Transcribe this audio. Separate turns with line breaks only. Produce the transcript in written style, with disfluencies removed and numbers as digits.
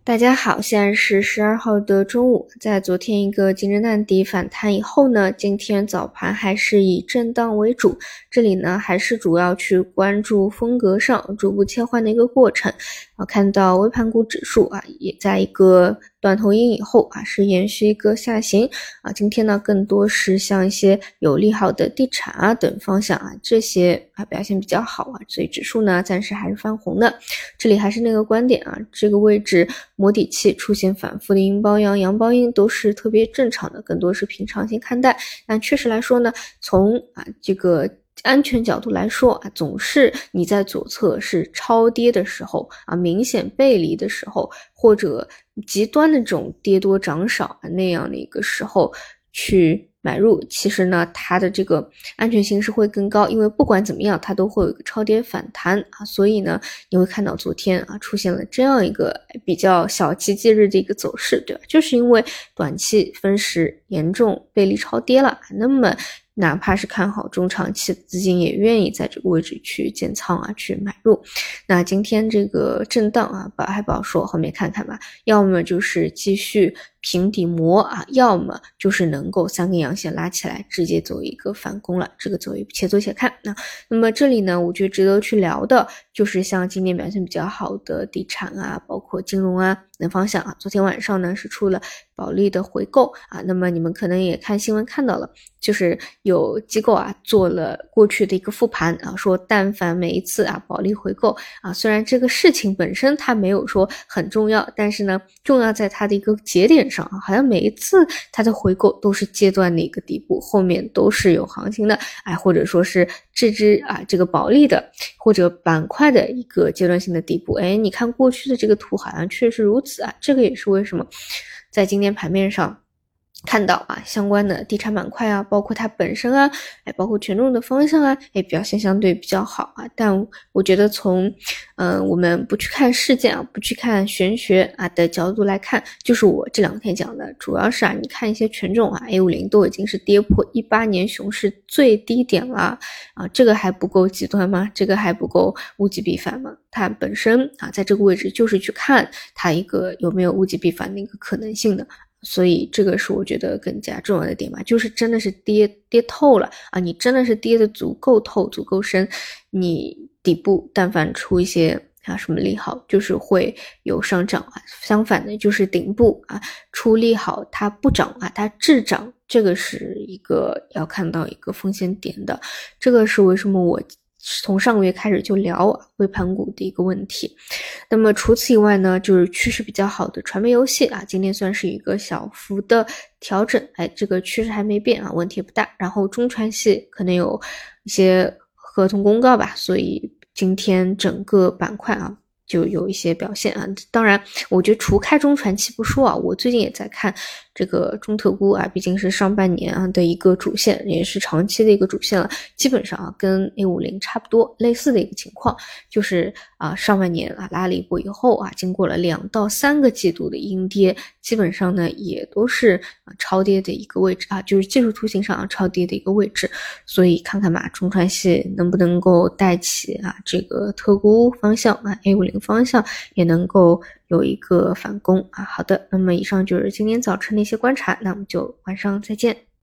大家好，现在是12号的中午。在昨天一个金针蛋底反弹以后呢，今天早盘还是以震荡为主。这里呢，还是主要去关注风格上逐步切换的一个过程。看到微盘股指数也在一个断头阴以后是延续一个下行今天呢，更多是像一些有利好的地产等方向这些表现比较好所以指数呢暂时还是翻红的。这里还是那个观点这个位置摸底器出现反复的阴包阳、阳包阴都是特别正常的，更多是平常心看待。但确实来说呢，从这个安全角度来说总是你在左侧是超跌的时候明显背离的时候，或者极端的这种跌多涨少那样的一个时候去买入，其实呢它的这个安全性是会更高，因为不管怎么样它都会有一个超跌反弹所以呢你会看到昨天出现了这样一个比较小奇迹日的一个走势，对吧？就是因为短期分时严重背离超跌了，那么哪怕是看好中长期的资金也愿意在这个位置去建仓去买入。那今天这个震荡还不好说，后面看看吧，要么就是继续平底磨要么就是能够3根阳线拉起来直接走一个反攻了，这个且走且看。那么这里呢，我觉得值得去聊的就是像今年表现比较好的地产包括金融等方向昨天晚上呢是出了保利的回购那么你们可能也看新闻看到了，就是有机构做了过去的一个复盘说但凡每一次保利回购虽然这个事情本身它没有说很重要，但是呢重要在它的一个节点上好像每一次它的回购都是阶段的一个底部，后面都是有行情的或者说是这支这个保利的或者板块的一个阶段性的底部。你看过去的这个图好像确实如此这个也是为什么在今天盘面上看到相关的地产板块包括它本身包括权重的方向表现相对比较好但我觉得从我们不去看事件不去看玄学的角度来看，就是我这2天讲的主要是你看一些权重A50都已经是跌破18年熊市最低点了这个还不够极端吗？这个还不够物极必反吗？它本身在这个位置就是去看它一个有没有物极必反的一个可能性的，所以这个是我觉得更加重要的点嘛，就是真的是跌透了你真的是跌得足够透足够深，你底部但凡出一些什么利好就是会有上涨相反的就是顶部出利好它不涨它滞涨，这个是一个要看到一个风险点的，这个是为什么我从上个月开始就聊微盘股的一个问题。那么除此以外呢，就是趋势比较好的传媒游戏今天算是一个小幅的调整这个趋势还没变问题不大。然后中传系可能有一些合同公告吧，所以今天整个板块就有一些表现当然我觉得除开中传期不说我最近也在看这个中特估毕竟是上半年的一个主线，也是长期的一个主线了，基本上跟 A50 差不多类似的一个情况，就是上半年拉了一波以后经过了2到3个季度的阴跌，基本上呢也都是超跌的一个位置就是技术图形上超跌的一个位置，所以看看吧中传系能不能够带起这个特估方向A50方向也能够有一个反攻好的，那么以上就是今天早晨的一些观察，那我们就晚上再见。